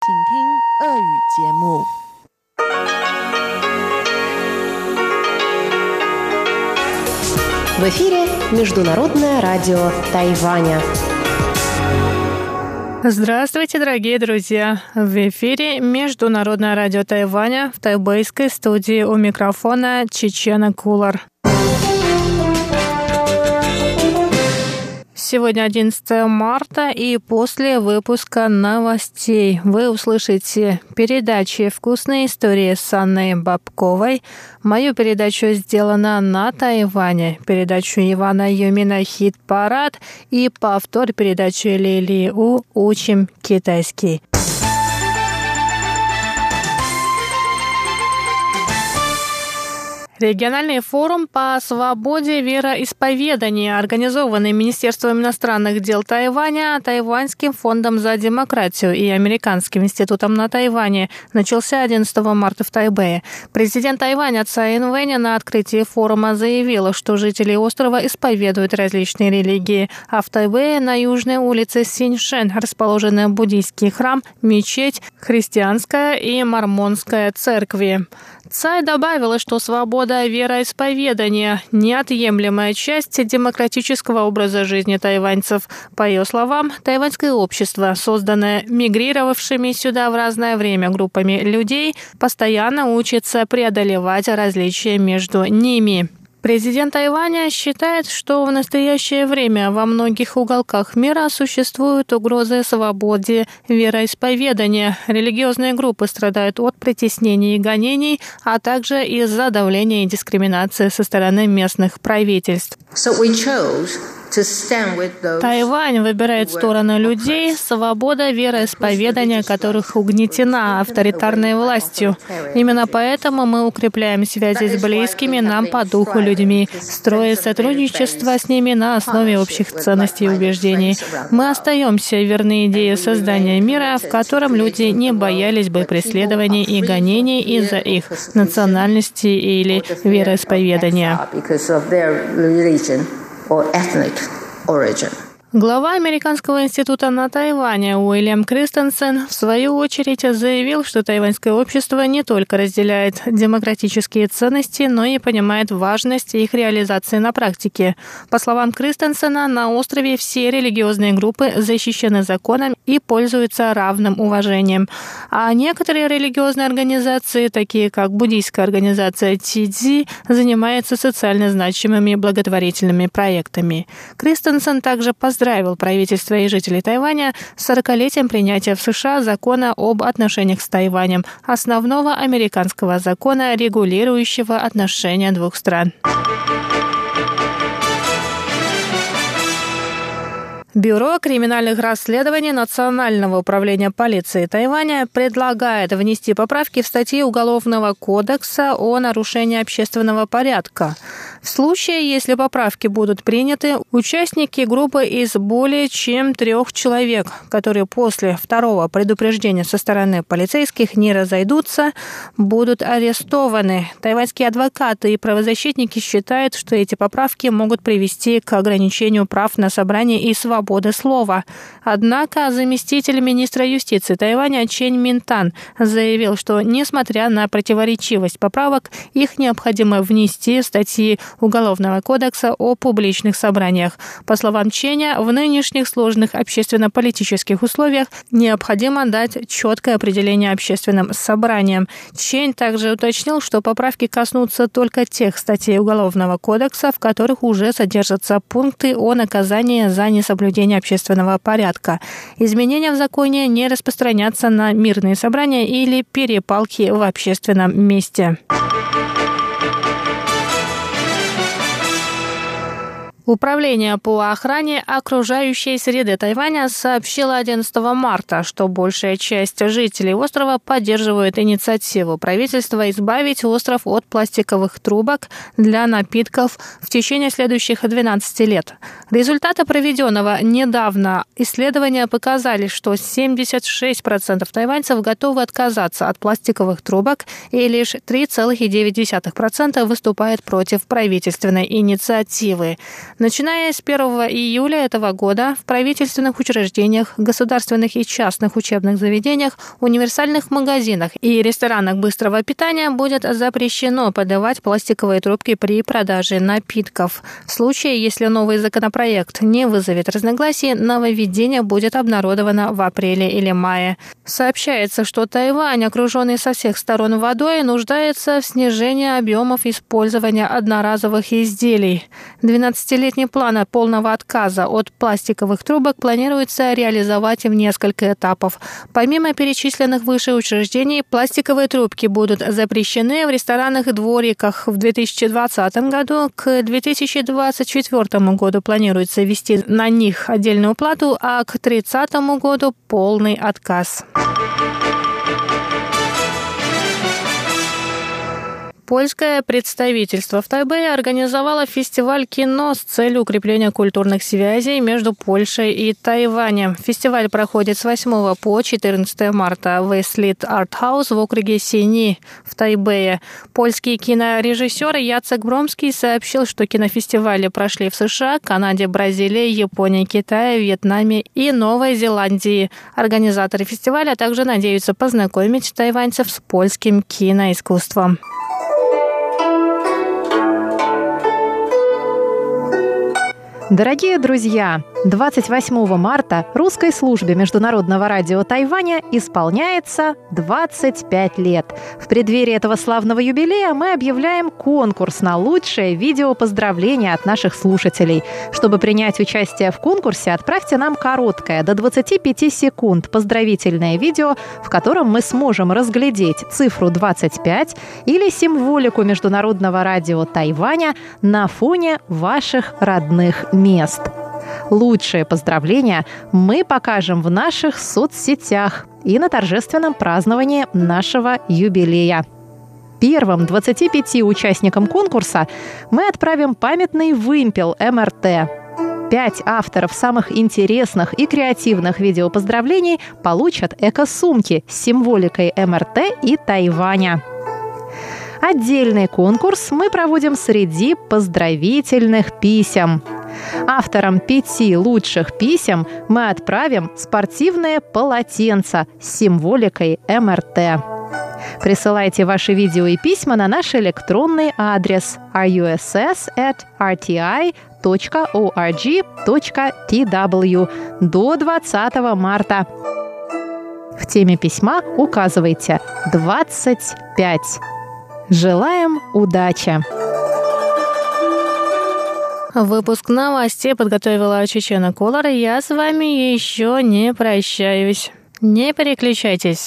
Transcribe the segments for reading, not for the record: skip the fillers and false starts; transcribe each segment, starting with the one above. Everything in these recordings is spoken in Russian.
请听俄语节目。 В эфире Международное радио Тайваня. Здравствуйте, дорогие друзья! В эфире Международное радио Тайваня, в тайбэйской студии у микрофона Чечена Кулар. Сегодня 11 марта, и после выпуска новостей вы услышите передачи «Вкусные истории» с Анной Бабковой. Мою передачу «Сделано на Тайване», передачу Ивана Юмина «Хит-парад» и повтор передачи Лили У «Учим китайский». Региональный форум по свободе вероисповедания, организованный Министерством иностранных дел Тайваня, Тайваньским фондом за демократию и Американским институтом на Тайване, начался 11 марта в Тайбэе. Президент Тайваня Цай Инвэнь на открытии форума заявила, что жители острова исповедуют различные религии, а в Тайбэе на южной улице Синьшэн расположены буддийский храм, мечеть, христианская и мормонская церкви. Цай добавила, что свобода вероисповедания – неотъемлемая часть демократического образа жизни тайваньцев. По ее словам, тайваньское общество, созданное мигрировавшими сюда в разное время группами людей, постоянно учится преодолевать различия между ними. Президент Тайваня считает, что в настоящее время во многих уголках мира существуют угрозы свободе вероисповедания. Религиозные группы страдают от притеснений и гонений, а также из-за давления и дискриминации со стороны местных правительств. Тайвань выбирает сторону людей, свобода вероисповедания которых угнетена авторитарной властью. Именно поэтому мы укрепляем связи с близкими нам по духу людьми, строя сотрудничество с ними на основе общих ценностей и убеждений. Мы остаемся верны идее создания мира, в котором люди не боялись бы преследований и гонений из-за их национальности или вероисповедания. Глава Американского института на Тайване Уильям Кристенсен в свою очередь заявил, что тайваньское общество не только разделяет демократические ценности, но и понимает важность их реализации на практике. По словам Кристенсена, на острове все религиозные группы защищены законом и пользуются равным уважением. А некоторые религиозные организации, такие как буддийская организация Тидзи, занимаются социально значимыми благотворительными проектами. Кристенсен также поздравил правительство и жителей Тайваня с 40-летием принятия в США закона об отношениях с Тайванем, основного американского закона, регулирующего отношения двух стран. Бюро криминальных расследований Национального управления полиции Тайваня предлагает внести поправки в статьи Уголовного кодекса о нарушении общественного порядка. В случае, если поправки будут приняты, участники группы из более чем 3 человек, которые после второго предупреждения со стороны полицейских не разойдутся, будут арестованы. Тайваньские адвокаты и правозащитники считают, что эти поправки могут привести к ограничению прав на собрание и свободы слова. Однако заместитель министра юстиции Тайваня Чен Минтан заявил, что, несмотря на противоречивость поправок, их необходимо внести в статьи Уголовного кодекса о публичных собраниях. По словам Ченя, в нынешних сложных общественно-политических условиях необходимо дать четкое определение общественным собраниям. Чень также уточнил, что поправки коснутся только тех статей Уголовного кодекса, в которых уже содержатся пункты о наказании за несоблюдение общественного порядка. Изменения в законе не распространятся на мирные собрания или перепалки в общественном месте. Управление по охране окружающей среды Тайваня сообщило 11 марта, что большая часть жителей острова поддерживает инициативу правительства избавить остров от пластиковых трубок для напитков в течение следующих 12 лет. Результаты проведенного недавно исследования показали, что 76% тайваньцев готовы отказаться от пластиковых трубок, и лишь 3,9% выступает против правительственной инициативы. Начиная с 1 июля этого года в правительственных учреждениях, государственных и частных учебных заведениях, универсальных магазинах и ресторанах быстрого питания будет запрещено подавать пластиковые трубки при продаже напитков. В случае, если новый законопроект не вызовет разногласий, нововведение будет обнародовано в апреле или мае. Сообщается, что Тайвань, окруженный со всех сторон водой, нуждается в снижении объемов использования одноразовых изделий. 12-летний план полного отказа от пластиковых трубок планируется реализовать в несколько этапов. Помимо перечисленных выше учреждений, пластиковые трубки будут запрещены в ресторанах и двориках. В 2020 году к 2024 году планируется ввести на них отдельную плату, а к 2030 году полный отказ. Польское представительство в Тайбэе организовало фестиваль кино с целью укрепления культурных связей между Польшей и Тайванем. Фестиваль проходит с 8 по 14 марта в Westlit Art House в округе Сини в Тайбэе. Польский кинорежиссер Яцек Бромский сообщил, что кинофестивали прошли в США, Канаде, Бразилии, Японии, Китае, Вьетнаме и Новой Зеландии. Организаторы фестиваля также надеются познакомить тайваньцев с польским киноискусством. Дорогие друзья, 28 марта русской службе Международного радио Тайваня исполняется 25 лет. В преддверии этого славного юбилея мы объявляем конкурс на лучшее видеопоздравление от наших слушателей. Чтобы принять участие в конкурсе, отправьте нам короткое, до 25 секунд, поздравительное видео, в котором мы сможем разглядеть цифру 25 или символику Международного радио Тайваня на фоне ваших родных мест. Лучшие поздравления мы покажем в наших соцсетях и на торжественном праздновании нашего юбилея. Первым 25 участникам конкурса мы отправим памятный вымпел МРТ. 5 авторов самых интересных и креативных видеопоздравлений получат эко-сумки с символикой МРТ и Тайваня. Отдельный конкурс мы проводим среди поздравительных писем. Авторам 5 лучших писем мы отправим спортивные полотенца с символикой МРТ. Присылайте ваши видео и письма на наш электронный адрес russ@rti.org.tw до 20 марта. В теме письма указывайте 25. Желаем удачи! Выпуск новостей подготовила Чечена Колор, и я с вами еще не прощаюсь. Не переключайтесь.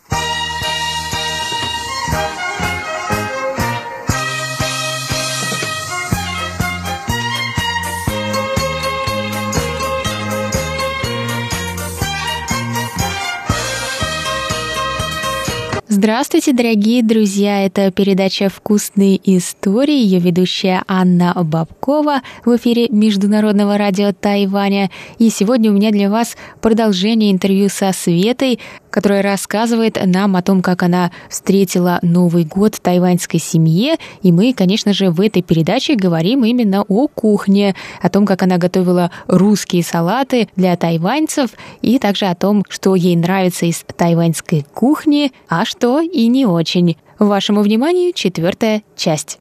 Здравствуйте, дорогие друзья! Это передача «Вкусные истории». Ее ведущая Анна Бабкова в эфире Международного радио Тайваня. И сегодня у меня для вас продолжение интервью со Светой, которая рассказывает нам о том, как она встретила Новый год в тайваньской семье. И мы, конечно же, в этой передаче говорим именно о кухне, о том, как она готовила русские салаты для тайваньцев, и также о том, что ей нравится из тайваньской кухни, а что и не очень. Вашему вниманию 4-я часть.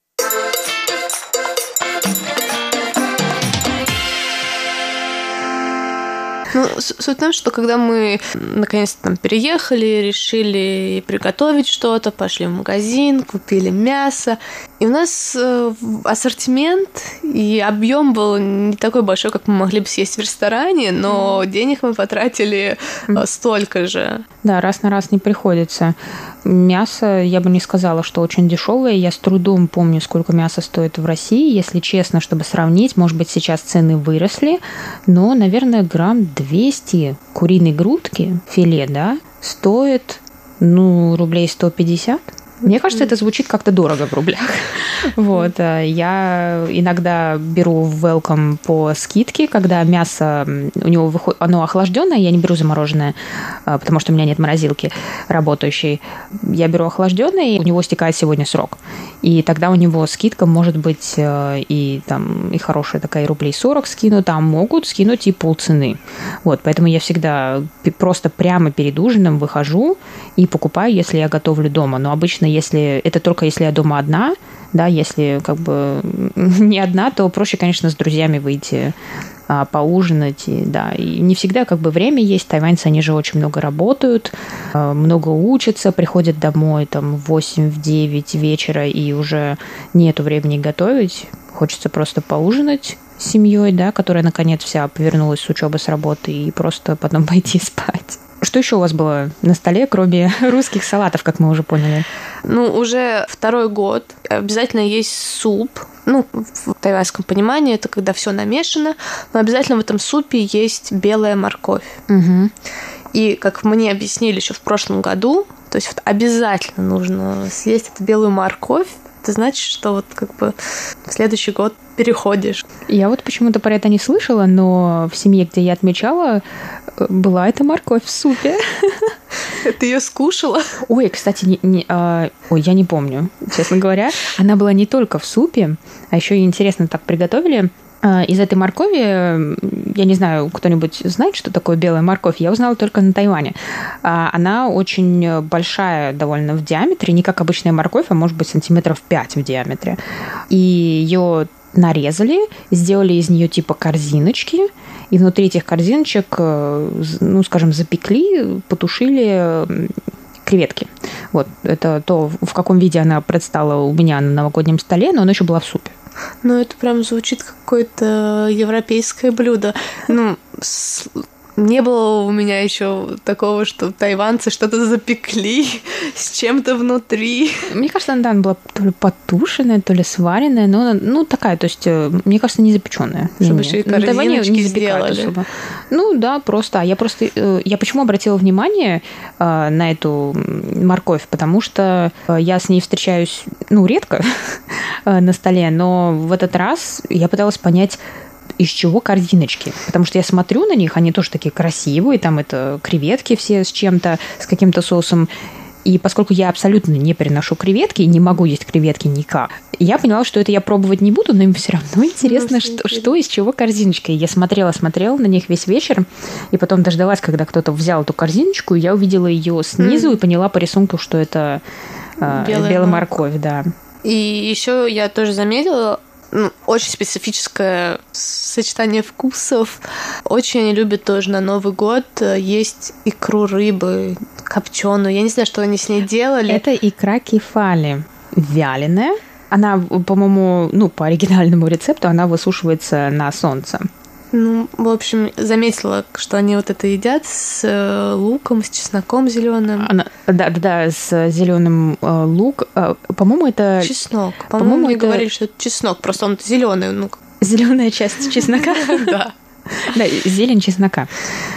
Суть в том, что когда мы наконец-то там переехали, решили приготовить что-то, пошли в магазин, купили мясо, и у нас ассортимент и объем был не такой большой, как мы могли бы съесть в ресторане, но денег мы потратили столько же. Да, раз на раз не приходится. Мясо, я бы не сказала, что очень дешевое. Я с трудом помню, сколько мяса стоит в России. Если честно, чтобы сравнить, может быть, сейчас цены выросли, но, наверное, грамм 200 куриной грудки, филе, да, стоит, рублей 150. Мне кажется, это звучит как-то дорого в рублях. Вот. Я иногда беру в Welcome по скидке, когда мясо у него выходит, оно охлажденное, я не беру замороженное, потому что у меня нет морозилки работающей. Я беру охлажденное, и у него стекает сегодня срок. И тогда у него скидка может быть и хорошая такая, и рублей 40 скину, там могут скинуть и полцены. Вот, поэтому я всегда просто прямо перед ужином выхожу и покупаю, если я готовлю дома. Но обычно, это только если я дома одна, да, если не одна, то проще, конечно, с друзьями выйти поужинать, и не всегда время есть. Тайваньцы, они же очень много работают, много учатся, приходят домой в 8-9 вечера, и уже нету времени готовить. Хочется просто поужинать с семьей, да, которая, наконец, вся повернулась с учебы, с работы, и просто потом пойти спать. Что еще у вас было на столе, кроме русских салатов, как мы уже поняли? Уже второй год обязательно есть суп. В тайваньском понимании это когда все намешано, но обязательно в этом супе есть белая морковь. Угу. И, как мне объяснили еще в прошлом году, то есть обязательно нужно съесть эту белую морковь. Это значит, что в следующий год переходишь. Я почему-то про это не слышала, но в семье, где я отмечала, была эта морковь в супе. Ты ее скушала? Ой, кстати, я не помню, честно говоря. Она была не только в супе, а еще и интересно так приготовили. Из этой моркови, я не знаю, кто-нибудь знает, что такое белая морковь? Я узнала только на Тайване. Она очень большая довольно в диаметре, не как обычная морковь, а может быть сантиметров 5 в диаметре. И ее нарезали, сделали из нее типа корзиночки, и внутри этих корзиночек, запекли, потушили креветки. Вот, это то, в каком виде она предстала у меня на новогоднем столе, но она еще была в супе. Это прям звучит как какое-то европейское блюдо. Не было у меня еще такого, что тайванцы что-то запекли с чем-то внутри. Мне кажется, она была то ли потушенная, то ли сваренная, но такая, то есть, мне кажется, не запеченная. Чтобы еще и корзиночки сделали. Просто. Я почему обратила внимание на эту морковь? Потому что я с ней встречаюсь, редко на столе, но в этот раз я пыталась понять, из чего корзиночки. Потому что я смотрю на них, они тоже такие красивые, там это креветки все с чем-то, с каким-то соусом. И поскольку я абсолютно не переношу креветки, не могу есть креветки никак, я поняла, что это я пробовать не буду, но им все равно интересно, что из чего корзиночка. И я смотрела на них весь вечер, и потом дождалась, когда кто-то взял эту корзиночку, и я увидела ее снизу и поняла по рисунку, что это белая морковь, да. И еще я тоже заметила, очень специфическое сочетание вкусов. Очень они любят тоже на Новый год есть икру рыбы копченую. Я не знаю, что они с ней делали. Это икра кефали вяленая. Она, по-моему, по оригинальному рецепту, она высушивается на солнце. В общем, заметила, что они это едят с луком, с чесноком зеленым. Да, с зеленым лук. По-моему, это чеснок. По-моему, мне говорили, что это чеснок, просто он зеленый. Зеленая часть чеснока. Да. Да, зелень чеснока.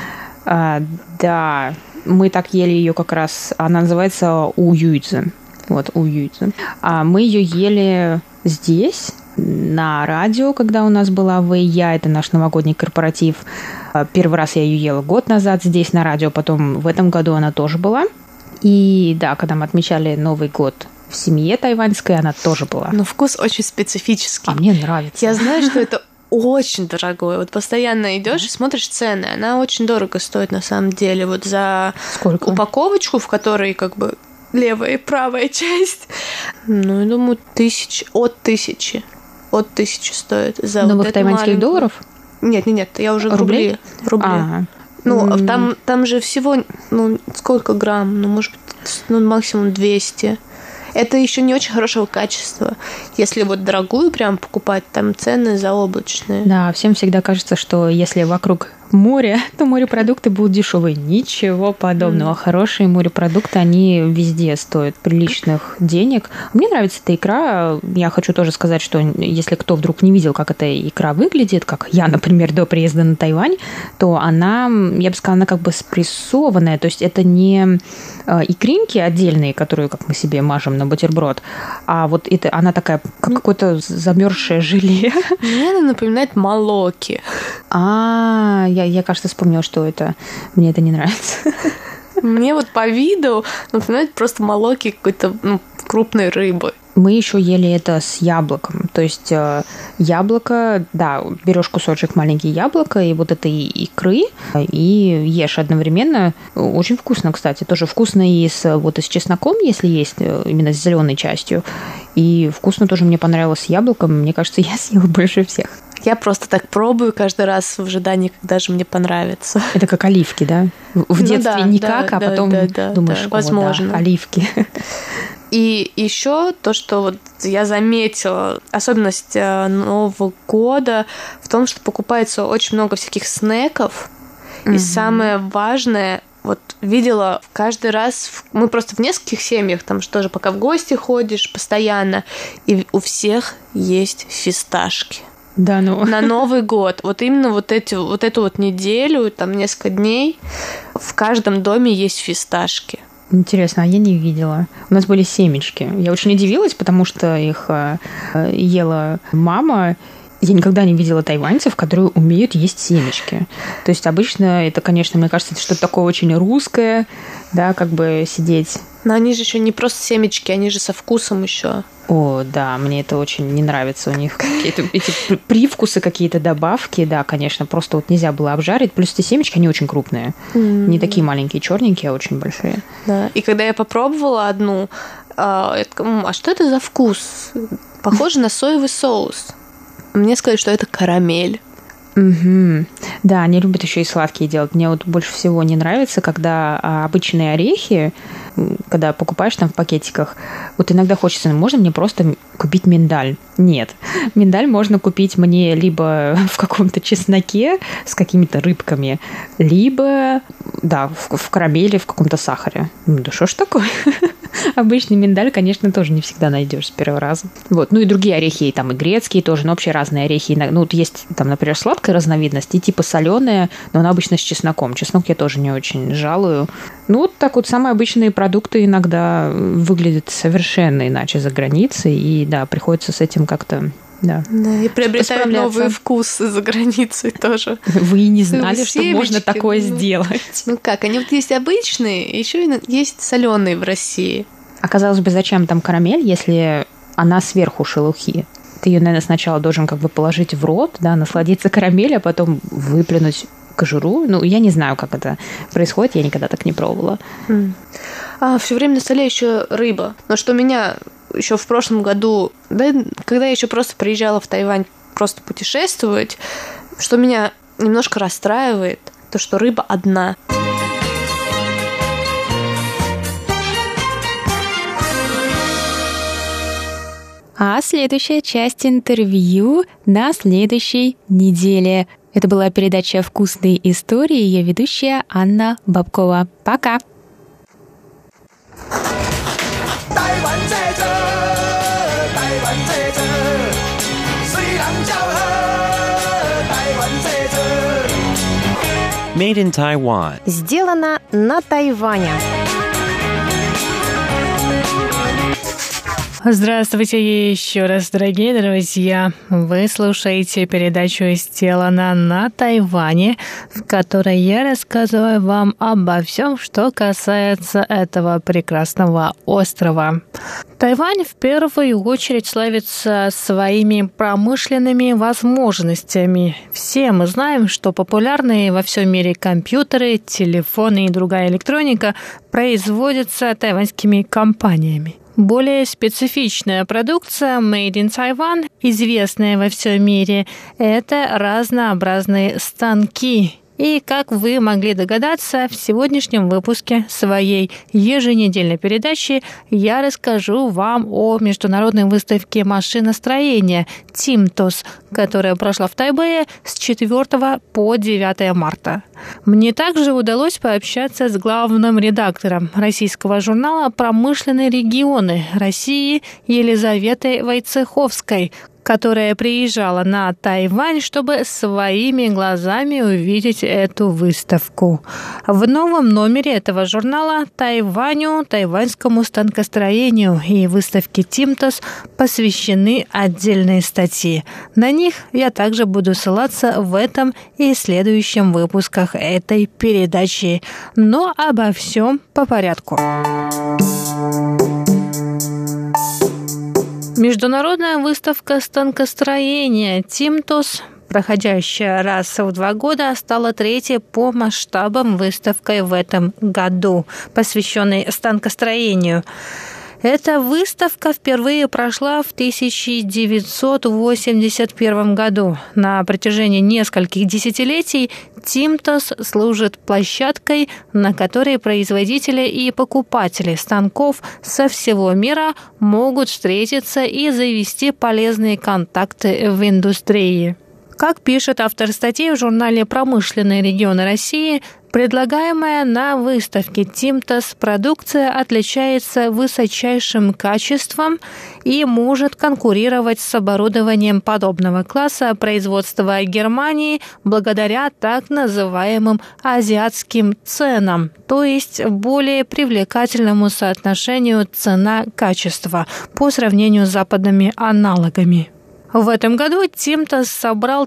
Да, мы так ели ее как раз. Она называется уюйцзэ. Уюйцзэ. А мы ее ели здесь, на радио, когда у нас была ВЭЯ, это наш новогодний корпоратив. Первый раз я ее ела год назад здесь на радио, потом в этом году она тоже была. И да, когда мы отмечали Новый год в семье тайваньской, она тоже была. Вкус очень специфический. А мне нравится. Я знаю, что это очень дорогое. Постоянно идешь и смотришь цены. Она очень дорого стоит на самом деле. За сколько? Упаковочку, в которой левая и правая часть. Я думаю, от 1000. От 1000 стоит за новых тайваньских долларов? Нет, я уже в рубли. В рубли. Ага. Там же всего, сколько грамм? Может быть, максимум 200. Это еще не очень хорошего качества. Если дорогую прям покупать, там цены заоблачные. Да, всем всегда кажется, что если вокруг море, то морепродукты будут дешевые. Ничего подобного. Хорошие морепродукты, они везде стоят приличных денег. Мне нравится эта икра. Я хочу тоже сказать, что если кто вдруг не видел, как эта икра выглядит, как я, например, до приезда на Тайвань, то она, я бы сказала, она как бы спрессованная. То есть это не икринки отдельные, которые, как мы себе мажем на бутерброд, а вот это, она такая, как какое-то замерзшее желе. Мне она напоминает молоки. Я, кажется, вспомнила, что это. Мне это не нравится. Мне вот по виду напоминает просто молоки какой-то крупной рыбы. Мы еще ели это с яблоком. То есть яблоко, да, берешь кусочек маленький яблока и вот этой икры и ешь одновременно. Очень вкусно, кстати. Тоже вкусно и с чесноком, если есть, именно с зеленой частью. И вкусно тоже мне понравилось с яблоком. Мне кажется, я съела больше всех. Я просто так пробую каждый раз в ожидании, когда же мне понравится. Это как оливки, да? В детстве никак, а потом думаешь, возможно. Оливки. И еще то, что вот я заметила, особенность Нового года в том, что покупается очень много всяких снеков. И самое важное, вот видела каждый раз, мы просто в нескольких семьях, там что же, пока в гости ходишь постоянно, и у всех есть фисташки. Да, ну. На Новый год. Вот именно вот эту неделю, там несколько дней, в каждом доме есть фисташки. Интересно, а я не видела. У нас были семечки. Я очень удивилась, потому что их ела мама. Я никогда не видела тайваньцев, которые умеют есть семечки. То есть обычно это, конечно, мне кажется, это что-то такое очень русское, да, как бы сидеть. Но они же еще не просто семечки, они же со вкусом еще. О, да, мне это очень не нравится. У них какие-то эти привкусы, какие-то добавки, да, конечно, просто вот нельзя было обжарить. Плюс эти семечки, они очень крупные. Не такие маленькие, черненькие, а очень большие. Да, и когда я попробовала одну, я такая, а что это за вкус? Похоже на соевый соус. Мне сказали, что это карамель. Угу. Да, они любят еще и сладкие делать. Мне вот больше всего не нравится, когда обычные орехи, когда покупаешь там в пакетиках, вот иногда хочется, можно мне просто купить миндаль? Нет. Миндаль можно купить мне либо в каком-то чесноке с какими-то рыбками, либо, да, в карамели, в каком-то сахаре. Да что ж такое? Обычный миндаль, конечно, тоже не всегда найдешь с первого раза. Вот. Ну и другие орехи, там и грецкие тоже, но вообще разные орехи. Ну вот есть там, например, сладкая разновидность и типа соленая, но она обычно с чесноком. Чеснок я тоже не очень жалую. Ну вот так вот самые обычные продукты иногда выглядят совершенно иначе за границей, и да, приходится с этим как-то... Да. И приобретают новые вкусы за границей тоже. Вы не знали, что можно такое сделать. Ну как, они вот есть обычные, еще и есть соленые в России. А казалось бы, зачем там карамель, если она сверху шелухи? Ты ее, наверное, сначала должен как бы положить в рот, да, насладиться карамелью, а потом выплюнуть кожуру. Ну, я не знаю, как это происходит, я никогда так не пробовала. Все время на столе еще рыба. Но что меня еще в прошлом году, да, когда я еще просто приезжала в Тайвань просто путешествовать, что меня немножко расстраивает, то, что рыба одна. А следующая часть интервью на следующей неделе. Это была передача «Вкусные истории». Ее ведущая Анна Бабкова. Пока! Made in Taiwan. Сделано на Тайване. Здравствуйте еще раз, дорогие друзья! Вы слушаете передачу «Сделано на Тайване», в которой я рассказываю вам обо всем, что касается этого прекрасного острова. Тайвань в первую очередь славится своими промышленными возможностями. Все мы знаем, что популярные во всем мире компьютеры, телефоны и другая электроника производятся тайваньскими компаниями. Более специфичная продукция Made in Taiwan, известная во всем мире, это разнообразные станки. И, как вы могли догадаться, в сегодняшнем выпуске своей еженедельной передачи я расскажу вам о международной выставке машиностроения «Тимтос», которая прошла в Тайбэе с 4 по 9 марта. Мне также удалось пообщаться с главным редактором российского журнала «Промышленные регионы России» Елизаветой Войцеховской, которая приезжала на Тайвань, чтобы своими глазами увидеть эту выставку. В новом номере этого журнала Тайваню, тайваньскому станкостроению и выставке «Тимтос» посвящены отдельные статьи. На них я также буду ссылаться в этом и следующем выпусках этой передачи. Но обо всем по порядку. Международная выставка станкостроения «Тимтос», проходящая раз в 2 года, стала 3-й по масштабам выставкой в этом году, посвященной станкостроению. Эта выставка впервые прошла в 1981 году. На протяжении нескольких десятилетий «Тимтос» служит площадкой, на которой производители и покупатели станков со всего мира могут встретиться и завести полезные контакты в индустрии. Как пишет автор статьи в журнале «Промышленные регионы России», предлагаемая на выставке «Тимтос» продукция отличается высочайшим качеством и может конкурировать с оборудованием подобного класса производства Германии благодаря так называемым азиатским ценам, то есть более привлекательному соотношению цена-качество по сравнению с западными аналогами. В этом году «Тимтос» собрал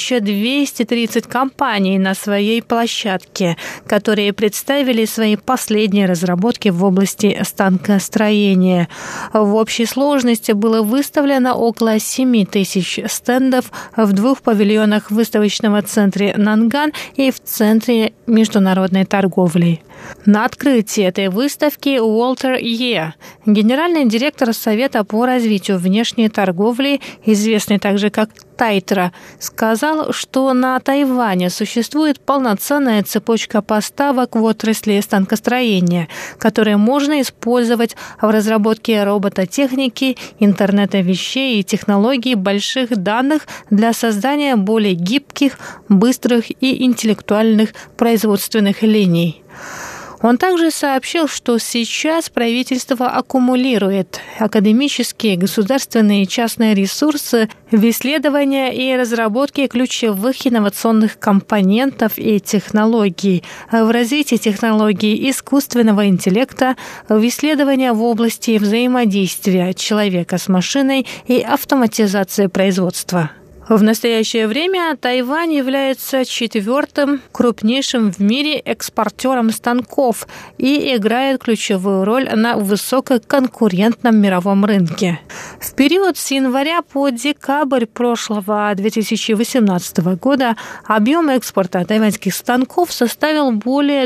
1230 компаний на своей площадке, которые представили свои последние разработки в области станкостроения. В общей сложности было выставлено около 7000 стендов в 2 павильонах в выставочном центре «Нанган» и в Центре международной торговли. На открытии этой выставки Уолтер Йе, генеральный директор Совета по развитию внешней торговли, известный также как Тайтра, сказал, что на Тайване существует полноценная цепочка поставок в отрасли станкостроения, которые можно использовать в разработке робототехники, интернета вещей и технологий больших данных для создания более гибких, быстрых и интеллектуальных производственных линий. Он также сообщил, что сейчас правительство аккумулирует академические, государственные и частные ресурсы в исследования и разработке ключевых инновационных компонентов и технологий, в развитии технологий искусственного интеллекта, в исследования в области взаимодействия человека с машиной и автоматизации производства. В настоящее время Тайвань является 4-м крупнейшим в мире экспортером станков и играет ключевую роль на высококонкурентном мировом рынке. В период с января по декабрь прошлого 2018 года объем экспорта тайваньских станков составил более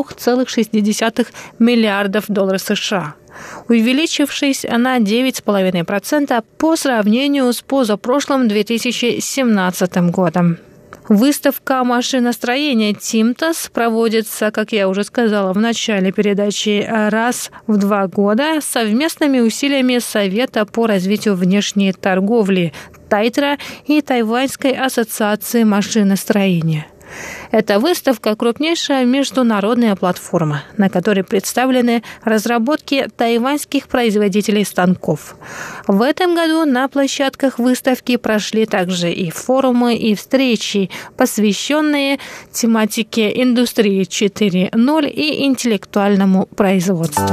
$3,6 миллиардов США, увеличившись на 9,5% по сравнению с позапрошлым 2017 годом. Выставка машиностроения «Тимтос» проводится, как я уже сказала в начале передачи, раз в 2 года совместными усилиями Совета по развитию внешней торговли Тайтра и Тайваньской ассоциации машиностроения. Эта выставка – крупнейшая международная платформа, на которой представлены разработки тайваньских производителей станков. В этом году на площадках выставки прошли также и форумы, и встречи, посвященные тематике индустрии 4.0 и интеллектуальному производству.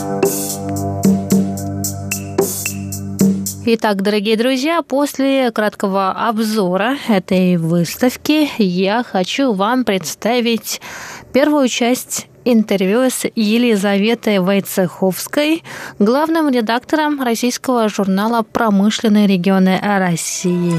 Итак, дорогие друзья, после краткого обзора этой выставки я хочу вам представить первую часть интервью с Елизаветой Войцеховской, главным редактором российского журнала «Промышленные регионы России».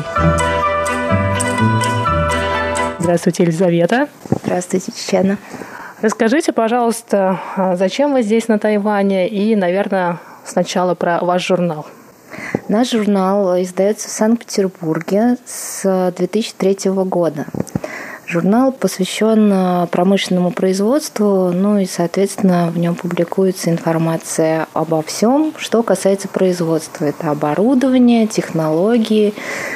Здравствуйте, Елизавета. Здравствуйте, Чечена. Расскажите, пожалуйста, зачем вы здесь на Тайване и, наверное, сначала про ваш журнал. Наш журнал издается в Санкт-Петербурге с 2003 года. Журнал посвящен промышленному производству, ну и, соответственно, в нем публикуется информация обо всем, что касается производства. Это оборудование, технологии,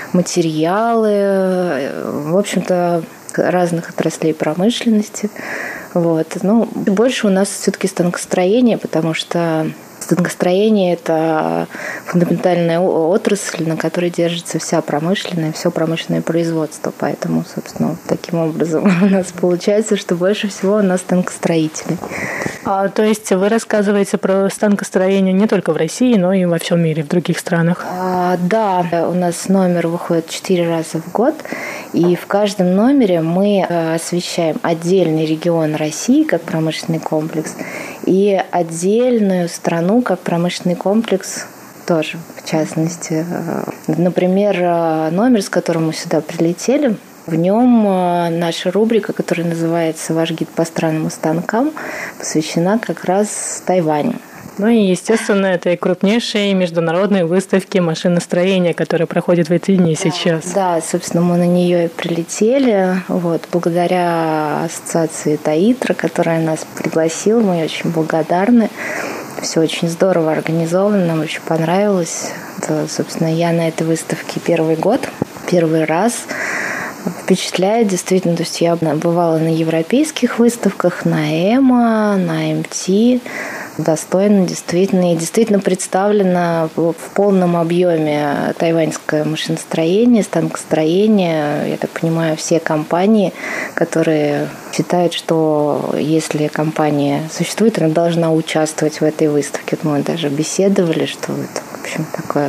материалы, в общем-то, разных отраслей промышленности. Вот. Ну, больше у нас все-таки станкостроение, потому что станкостроение – это фундаментальная отрасль, на которой держится все промышленное производство. Поэтому, собственно, вот таким образом у нас получается, что больше всего у нас станкостроителей. То есть вы рассказываете про станкостроение не только в России, но и во всем мире, в других странах? Да, у нас номер выходит 4 раза в год, и в каждом номере мы освещаем отдельный регион России как промышленный комплекс и отдельную страну как промышленный комплекс тоже, в частности. Например, номер, с которым мы сюда прилетели, в нем наша рубрика, которая называется «Ваш гид по странам и станкам», посвящена как раз Тайваню. Ну и, естественно, это и крупнейшие международные выставки машиностроения, которые проходят в эти дни сейчас. Да, собственно, мы на нее и прилетели. Вот, благодаря ассоциации Таитра, которая нас пригласила, мы очень благодарны. Все очень здорово организовано, нам очень понравилось. Это, собственно, я на этой выставке первый раз. Впечатляет, действительно. То есть я бывала на европейских выставках, на ЭМА, на МТ. Достойно, действительно представлено в полном объеме тайваньское машиностроение, станкостроение. Я так понимаю, все компании, которые считают, что если компания существует, она должна участвовать в этой выставке. Мы даже беседовали, что это, в общем,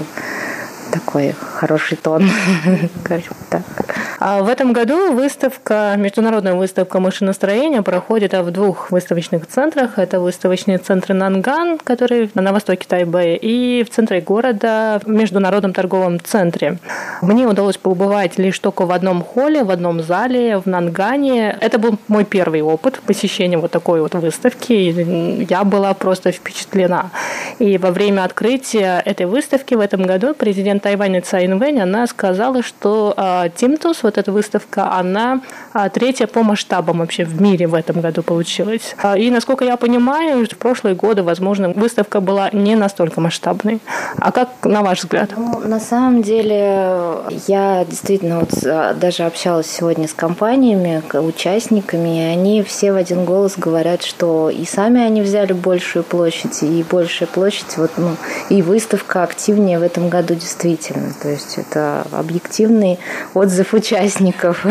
такой хороший тон, скажем так. А в этом году международная выставка машиностроения проходит в 2 выставочных центрах. Это выставочные центры Нанган, которые на востоке Тайбэя, и в центре города, в Международном торговом центре. Мне удалось побывать лишь только в одном холле, в одном зале в Нангане. Это был мой первый опыт посещения вот такой вот выставки. И я была просто впечатлена. И во время открытия этой выставки в этом году президент Тайваня Цай Инвэнь, она сказала, что Тимтус, вот эта выставка, она 3-я по масштабам вообще в мире в этом году получилась. И, насколько я понимаю, в прошлые годы, возможно, выставка была не настолько масштабной. А как, на ваш взгляд? На самом деле, я действительно даже общалась сегодня с компаниями, участниками, и они все в один голос говорят, что и сами они взяли большую площадь, и большая площадь, и выставка активнее в этом году действительно. То есть это объективный отзыв участников.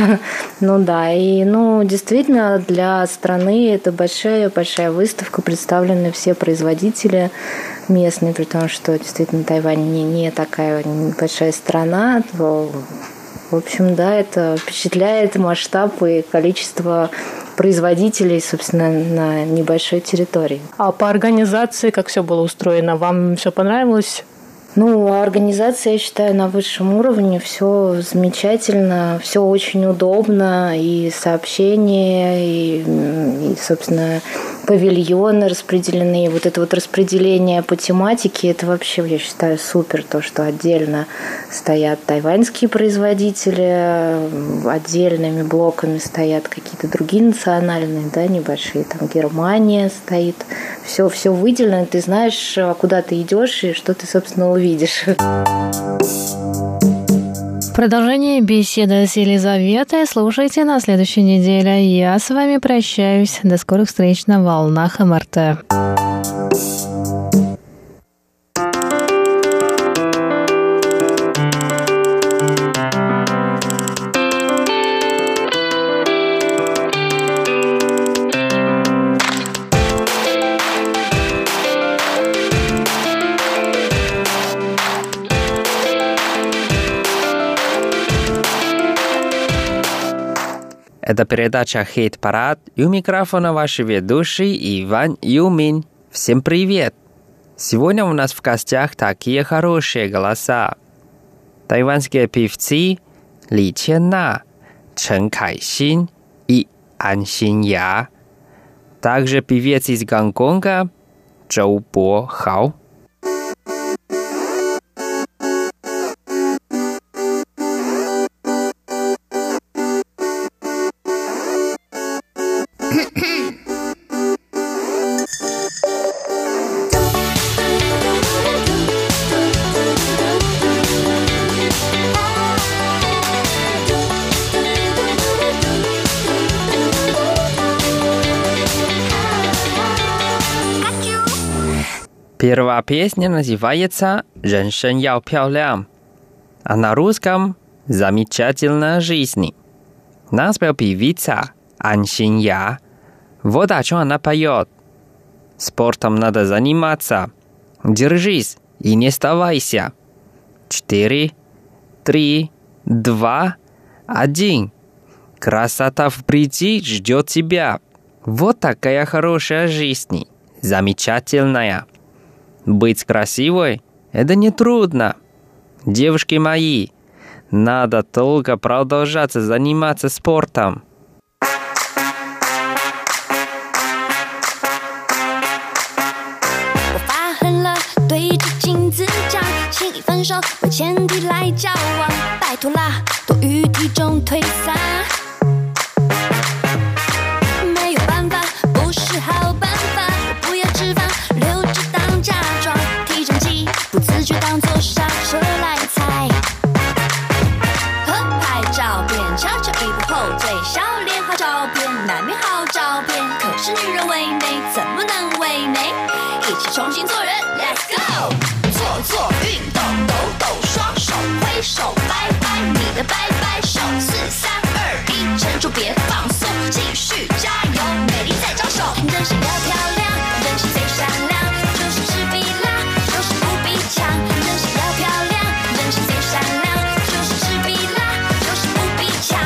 Действительно, для страны это большая выставка, представлены все производители местные, при том, что действительно Тайвань не такая большая страна. В общем, да, это впечатляет масштаб и количество производителей, собственно, на небольшой территории. А по организации, как все было устроено, вам все понравилось? Организация, я считаю, на высшем уровне, все замечательно, все очень удобно, и сообщения, и, собственно, павильоны распределены, и вот это вот распределение по тематике, это вообще, я считаю, супер, то, что отдельно стоят тайваньские производители, отдельными блоками стоят какие-то другие национальные, да, небольшие, там Германия стоит, все выделено, ты знаешь, куда ты идешь и что ты, собственно, увидишь. Продолжение беседы с Елизаветой слушайте на следующей неделе. Я с вами прощаюсь. До скорых встреч на волнах МРТ. Это передача «Хит-парад», и у микрофона ваш ведущий Иван Юмин. Всем привет! Сегодня у нас в гостях такие хорошие голоса. Тайваньские певцы Ли Чен-на, Чен Кайсин и Ан Синья. Также певец из Гонконга Чжоу Бо Хао. Первая песня называется «人生要漂亮», а на русском «Замечательная жизнь». Нас пел певица Ан Синья. Вот о чем она поет. Спортом надо заниматься. Держись и не сдавайся. 4, 3, 2, 1. Красота впереди ждет тебя. Вот такая хорошая жизнь. Замечательная. Быть красивой – это не трудно. Девушки мои, надо только продолжать заниматься спортом. 为前提来交往，拜托啦，多余体重退散。没有办法，不是好办法。我不要脂肪，留着当嫁妆。体重计不自觉当作刹车来踩。合拍照片，悄悄一步后退，笑脸好照片，难免好照片。可是女人为美，怎么能为美？一起重新做人 ，Let's go！ 做运动，抖抖双手，挥手拜拜，你的拜拜手，4、3、2、1，撑住别放松，继续加油，美丽在招手。人生要漂亮，人心最善良，就是吃比辣，就是不比强。人生要漂亮，人心最善良，就是吃比辣，就是不比强。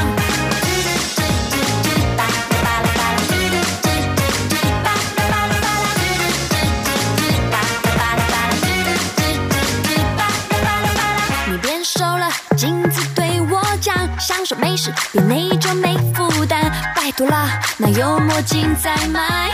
享受美食，别那种没负担，拜托啦，那有墨镜再买。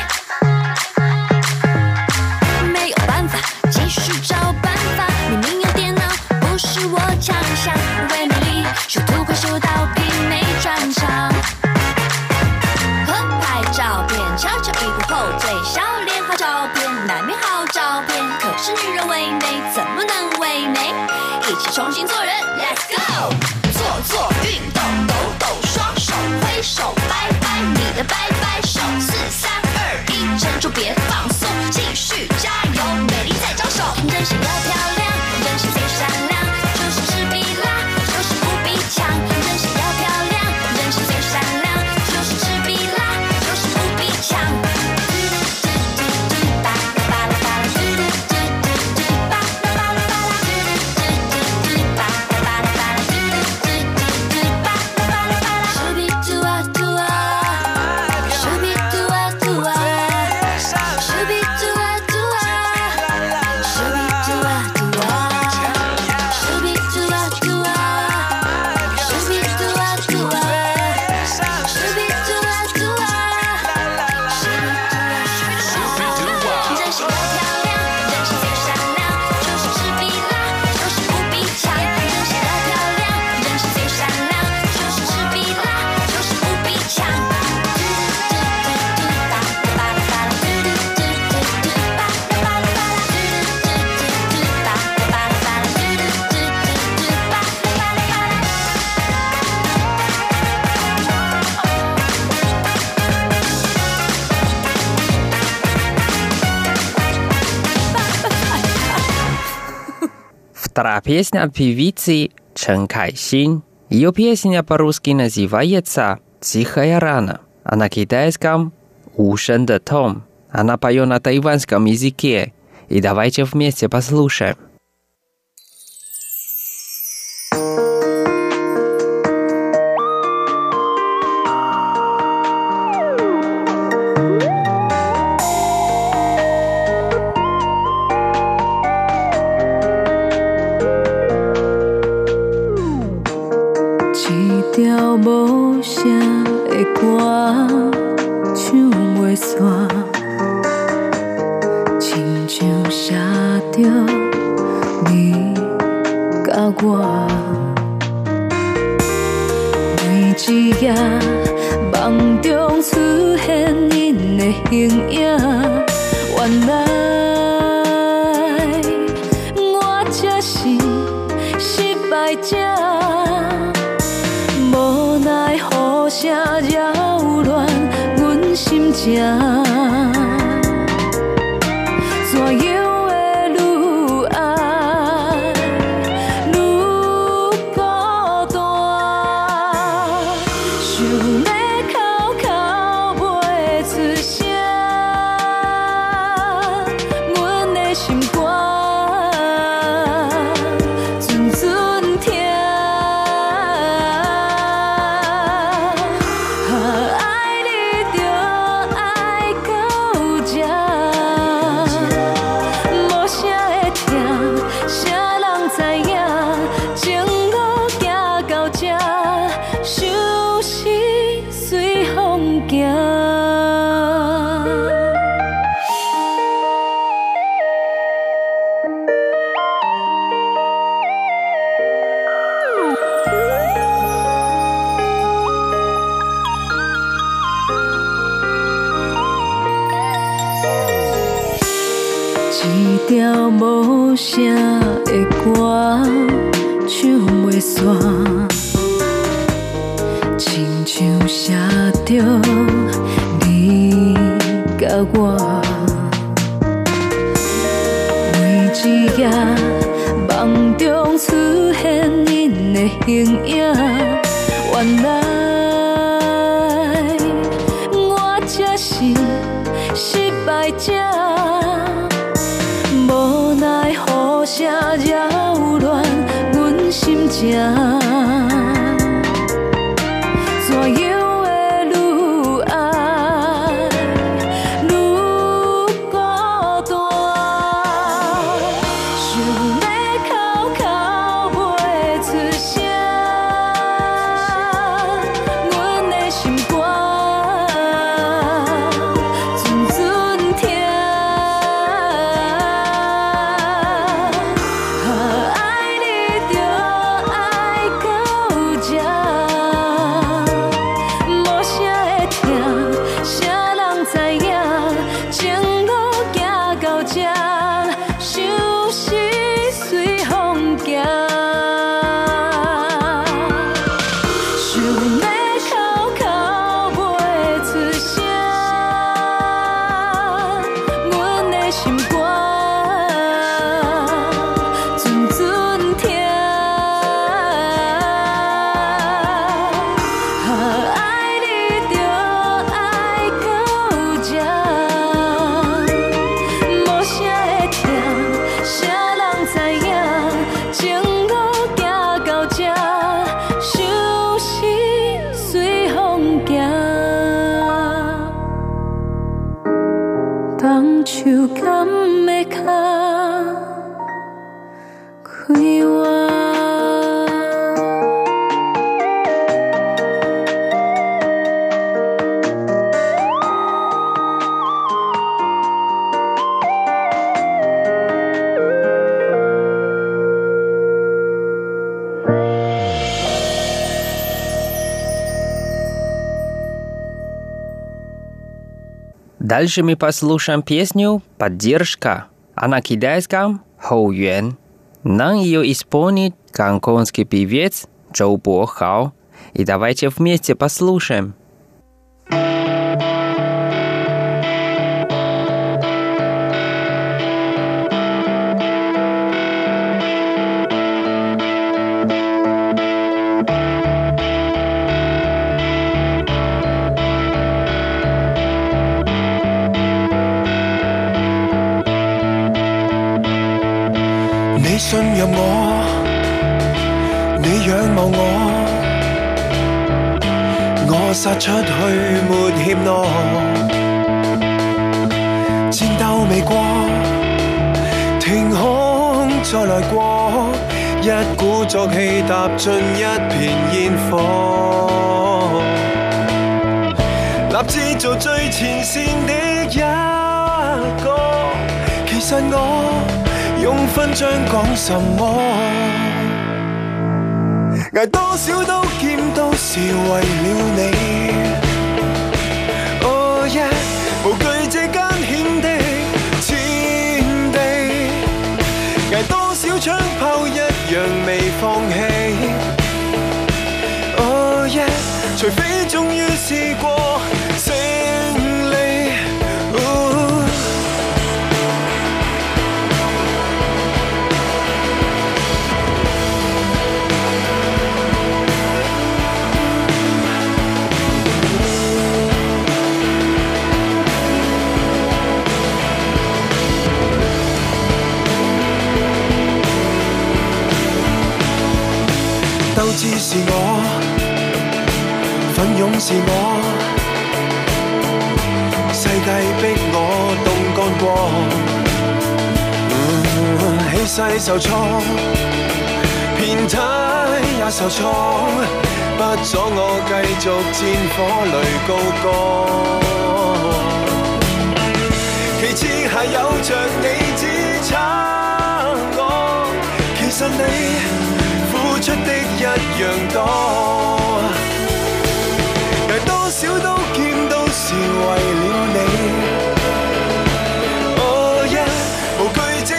没有办法，继续找办法。明明有电脑，不是我强项。为美丽修图快修到媲美专场。合拍照片，悄悄一步后退，笑脸好照片，难免好照片。可是女人为美，怎么能为美？一起重新做人 ，Let's go！ 做运动，抖抖双手，挥手拜拜，你的拜拜手，4、3、2、1，撑住别放松，继续加油，美丽在招手。人生要漂亮，人心最善良，就是吃比辣，就是不比强。人生要漂亮，人心最善良，就是吃比辣，就是不比强。 Вторая песня от певицы Чен Кайсин. Ее песня по-русски называется «Тихая рана», а на китайском «У Шен де Том». Она поет на тайванском языке. И давайте вместе послушаем. 无声的歌唱袂煞，亲像写着你甲我。每一夜梦中出现因的形影，原来我才是失败者。 无奈雨声扰乱阮心情，怎样的条无声的歌唱袂煞，亲像写着你甲我，每一夜梦中出现恁的形影，原来我才是失败者。无奈雨声扰乱阮心情，怎样会愈爱愈孤单？想要哭哭袂出声，阮的心肝阵阵疼。爱你就爱到这，无声的痛，啥人知影？情路行到这，伤心随风行。想要哭哭袂出声，阮的心肝阵阵疼。爱你就爱到这，无声的痛，啥人知影？情路行到这，伤心随风行。当手甘的脚开我。 Дальше мы послушаем песню «Поддержка». А на китайском «Хоу Юэн». Нам ее исполнит гонконгский певец Чжоу Бо Хао. И давайте вместе послушаем. 你信任我，你仰望我，我殺出去沒怯懦，戰鬥未過，天空再來過，一鼓作氣踏進一片煙火，立志做最前線的一個，其實我用勳章講什麼？捱多少刀劍都是為了你。Oh yeah， 無懼這艱險的戰地，捱多少槍炮一樣未放棄。Oh yeah， 除非終於試過勝利。鬥志是我，奮勇是我，世界逼我動幹過，氣勢受挫，遍體也受挫，不阻我繼續戰火裏高歌。其次係有着你支撐我，其實你付出的一樣多，捱多少刀劍都是為了你。Oh yeah， 無懼這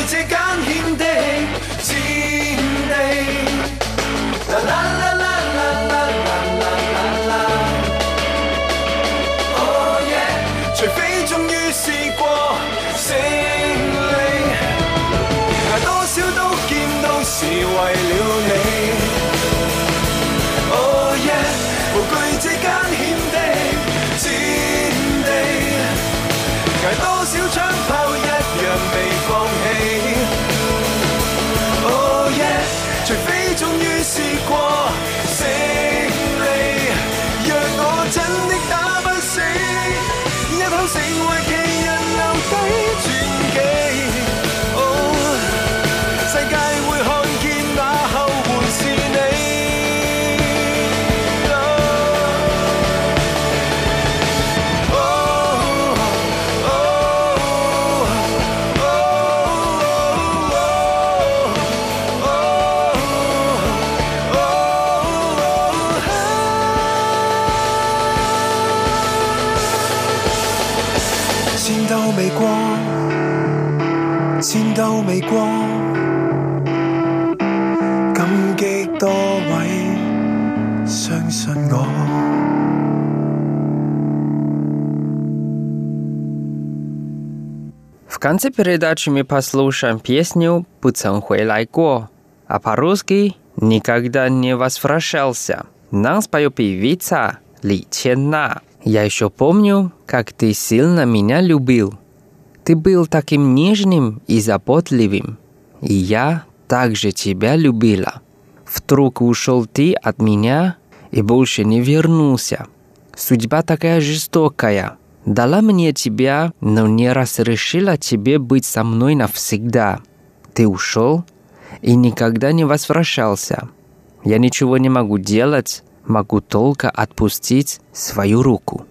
這艱險的戰地。啦啦啦啦啦啦啦啦啦 Oh yeah， 除非終於試過勝利，多少都見到是為了你。Oh yeah， 無懼這艱險的戰地，捱多少槍炮一樣被放棄。Oh yeah， 除非終於試過勝利，若我真的打不死，一口成為奇人留低傳奇。Oh， 世界會看見那後援是你。戰鬥未過，戰鬥未過，感激多位相信我。 В конце передачи мы послушаем песню «Пуцан хуэлай ко», а по-русски «Никогда не возвращался». Нам споет певица Ли Ченна. Я еще помню, как ты сильно меня любил. Ты был таким нежным и заботливым, и я также тебя любила. Вдруг ушел ты от меня и больше не вернулся. Судьба такая жестокая. Дала мне тебя, но не разрешила тебе быть со мной навсегда. Ты ушел и никогда не возвращался. Я ничего не могу делать, могу только отпустить свою руку.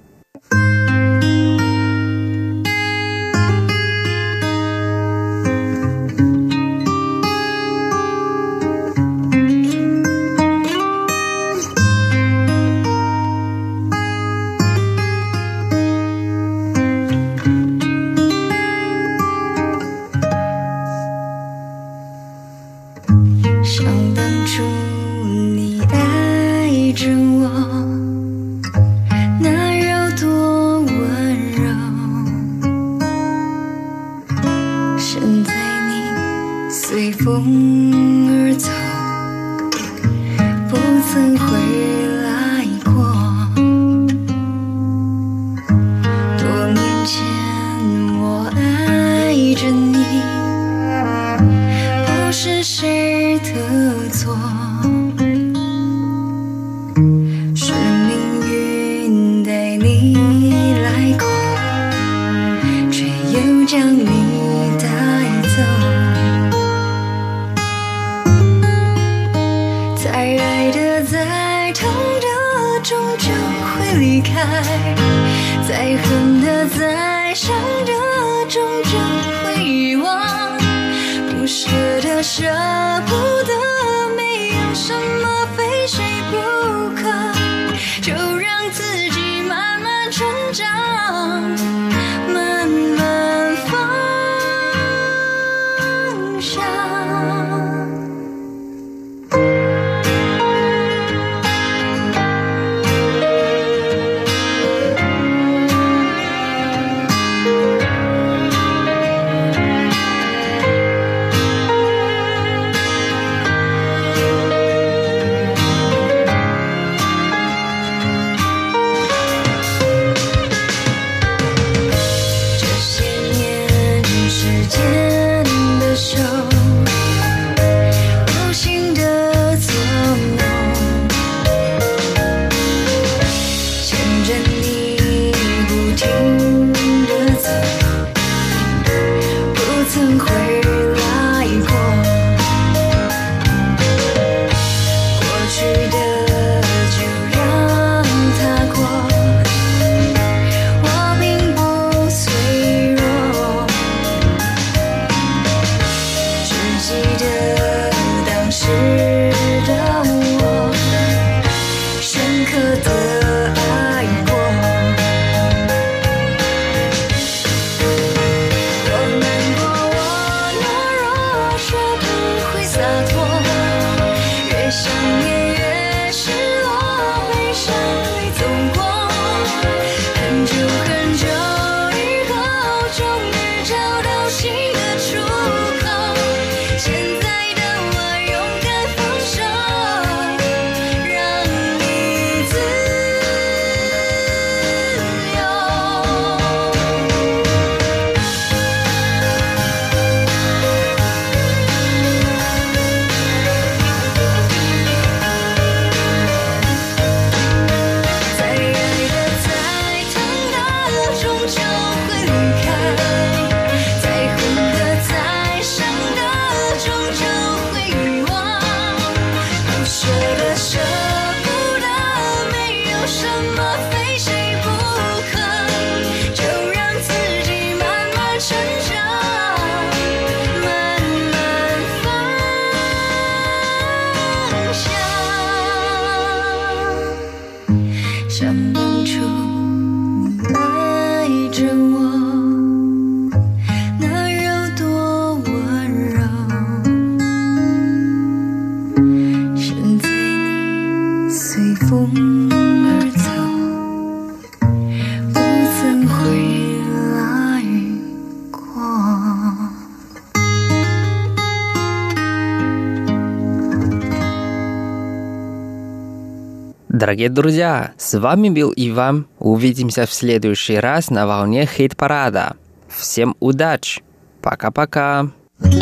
Дорогие друзья, с вами был Иван. Увидимся в следующий раз на волне хит-парада. Всем удачи. Пока-пока.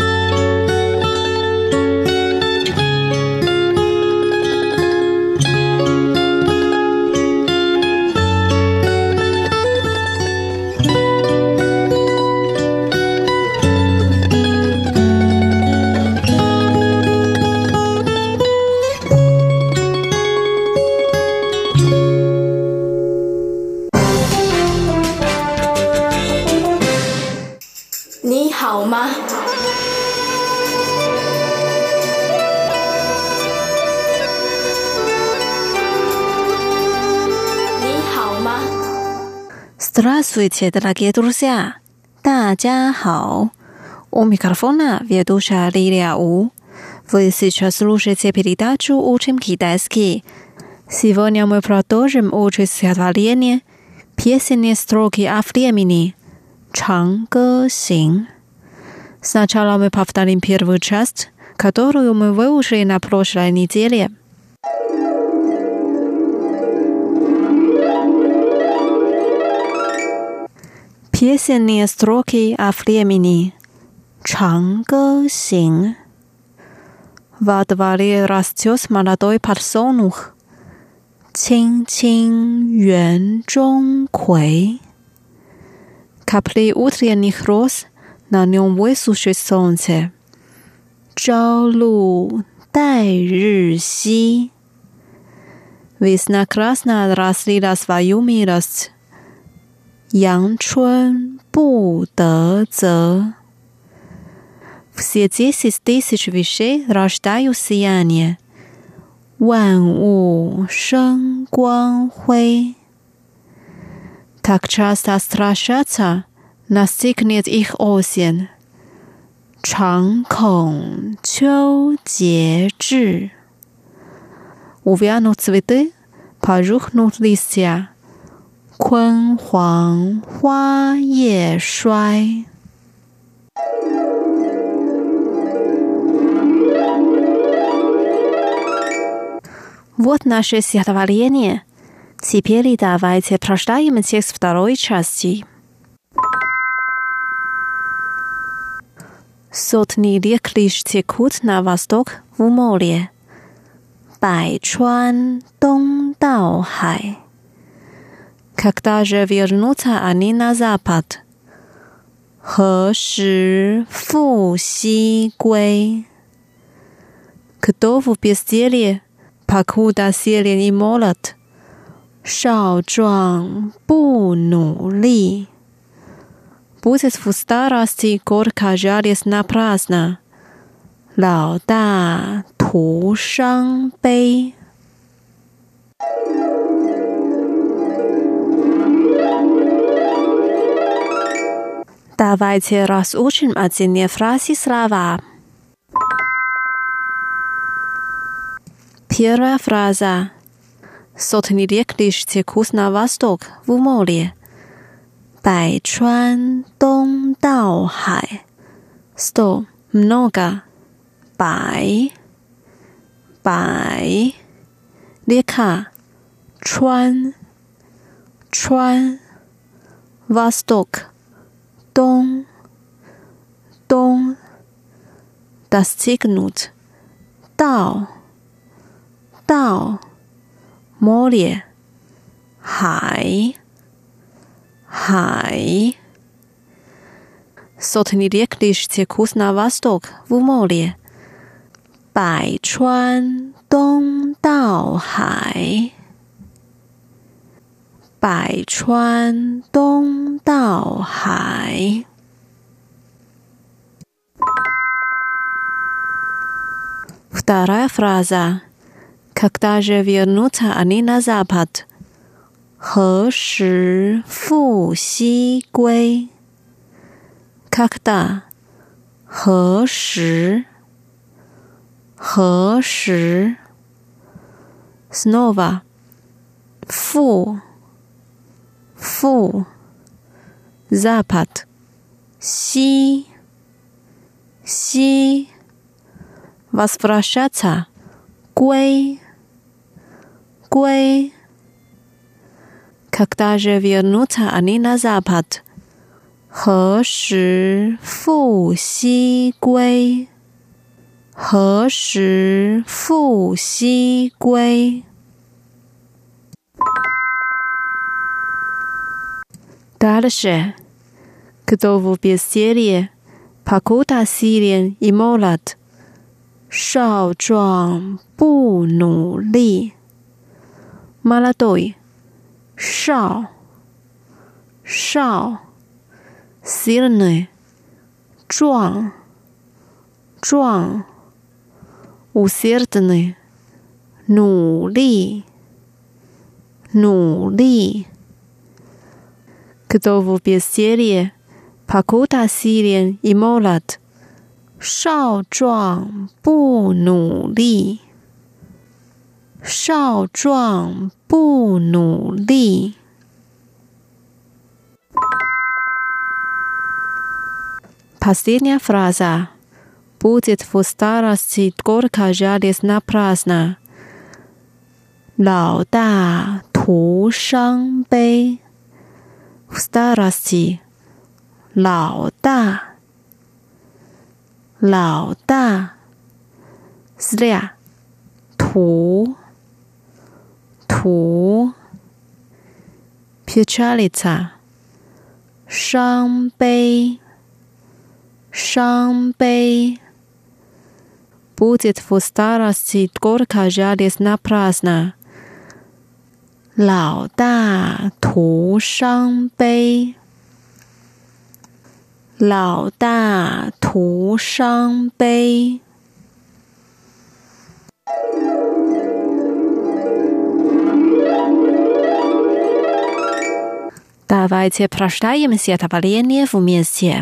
Здравствуйте, дорогие друзья! 大家好! У микрофона ведущая Лилия У. Вы сейчас слушаете передачу «Учим китайский». Сегодня мы продолжим учить стихотворение «Песенные строки о времени» «Чангэ Синь». Сначала мы повторим первую часть, которую мы выучили на прошлой неделе. Песенные строки о времени. Чангэ Синь. Во дворе растет молодой подсолнух. Чин-чин юэн зhong куэй. Капли утренних роз на нем высушит солнце. Чжао лу дай ры си. Весна красно разлила свою милость. 阳春不得泽. Все 10 тысяч вещей рождают сияние. 万物生光辉. Так часто страшатся, настигнет их осень. 常恐秋节至. Увянут цветы, пожухнут листья. 昆黄花叶衰. Вот наше стихотворение. Теперь давайте прочитаем текст второй части. Сотни рек лишь текут на восток в море. 百川东到海. Когда же вернутся они на запад? 何时复西归? Кто в безделье, покуда силен и молод? 少壮不努力. Будет в старости горько жалость напрасно. 老大徒伤悲. Давайте разучим отдельные фразы слова. Первая фраза. Сотни рек лишь текут на восток, в море. 百川东到海. 100. Много. 百. 百. Река. 川. 川. Восток. 东 东 достигнут 到 到 море 海 海 сотни рек лишь текут на восток в море 百川东到海 百川东到海. Вторая фраза. Когда же вернутся они на запад? 何时复西归? Когда? 何时? 何时? Снова. 复 фу, запад, си, си, возвращаться, гуэй, 归? Когда же вернутся они на запад? 何时复西归? 何时复西归? Дальше. Кто в безделье, покуда силен и молод, 少壮不努力. Молодой. 少 сильный. 壮 усердный. 努力 Кто в безделье, покуда силен и молод, 少壮不努力. 少壮不努力. Последняя фраза. Будет в старости горько жалость напрасно. 老大徒伤悲. В старости. 老大 зря. 徒 печалиться. 伤悲 Будет в старости горько жалость напрасно. 老大徒伤悲. 老大徒伤悲. Давайте прочитаем стихотворение вместе.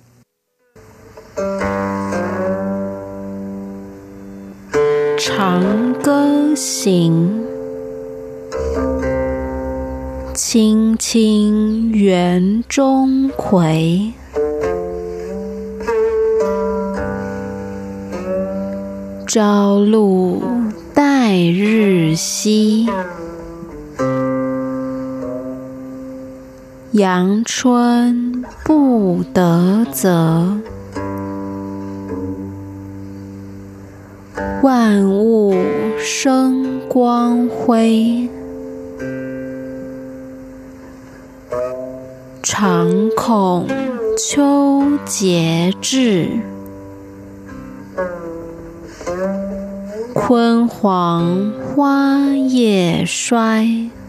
长歌行，青青园中葵。朝露待日晞，阳春布德泽。万物生光辉，常恐秋节至。焜黄花叶衰，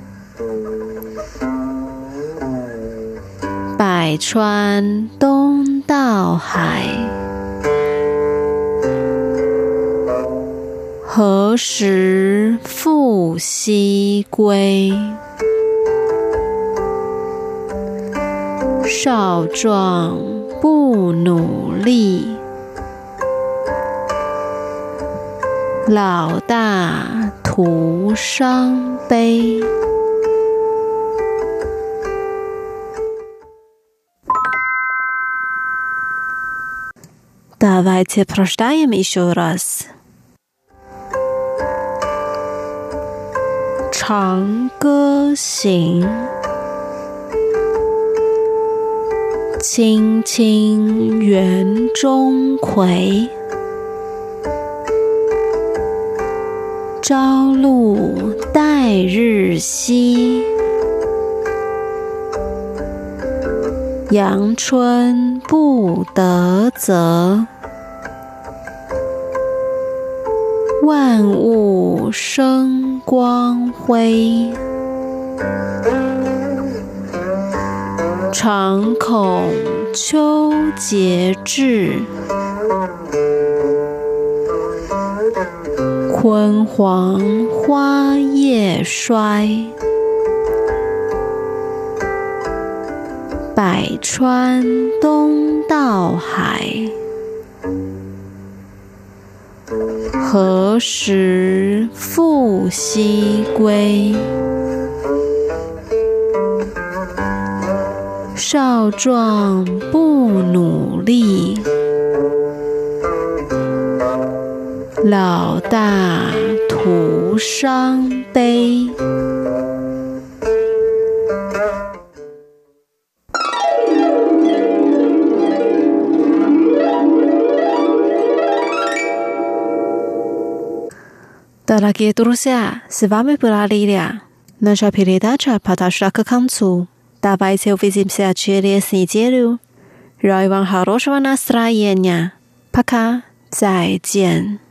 百川东到海。何时复西归？少壮不努力，老大徒伤悲。Давайте прочитаем еще раз. 长歌行，青青园中葵。朝露待日晞，阳春布德泽。万物生光辉，常恐秋节至。焜黄花叶衰，百川东到海。何时复西归？少壮不努力，老大徒不伤悲。 Дорогие друзья, с вами была Лилия. Наша передача подошла к концу. Давайте увидимся через неделю. Желаю вам хорошего настроения. Пока, 再见。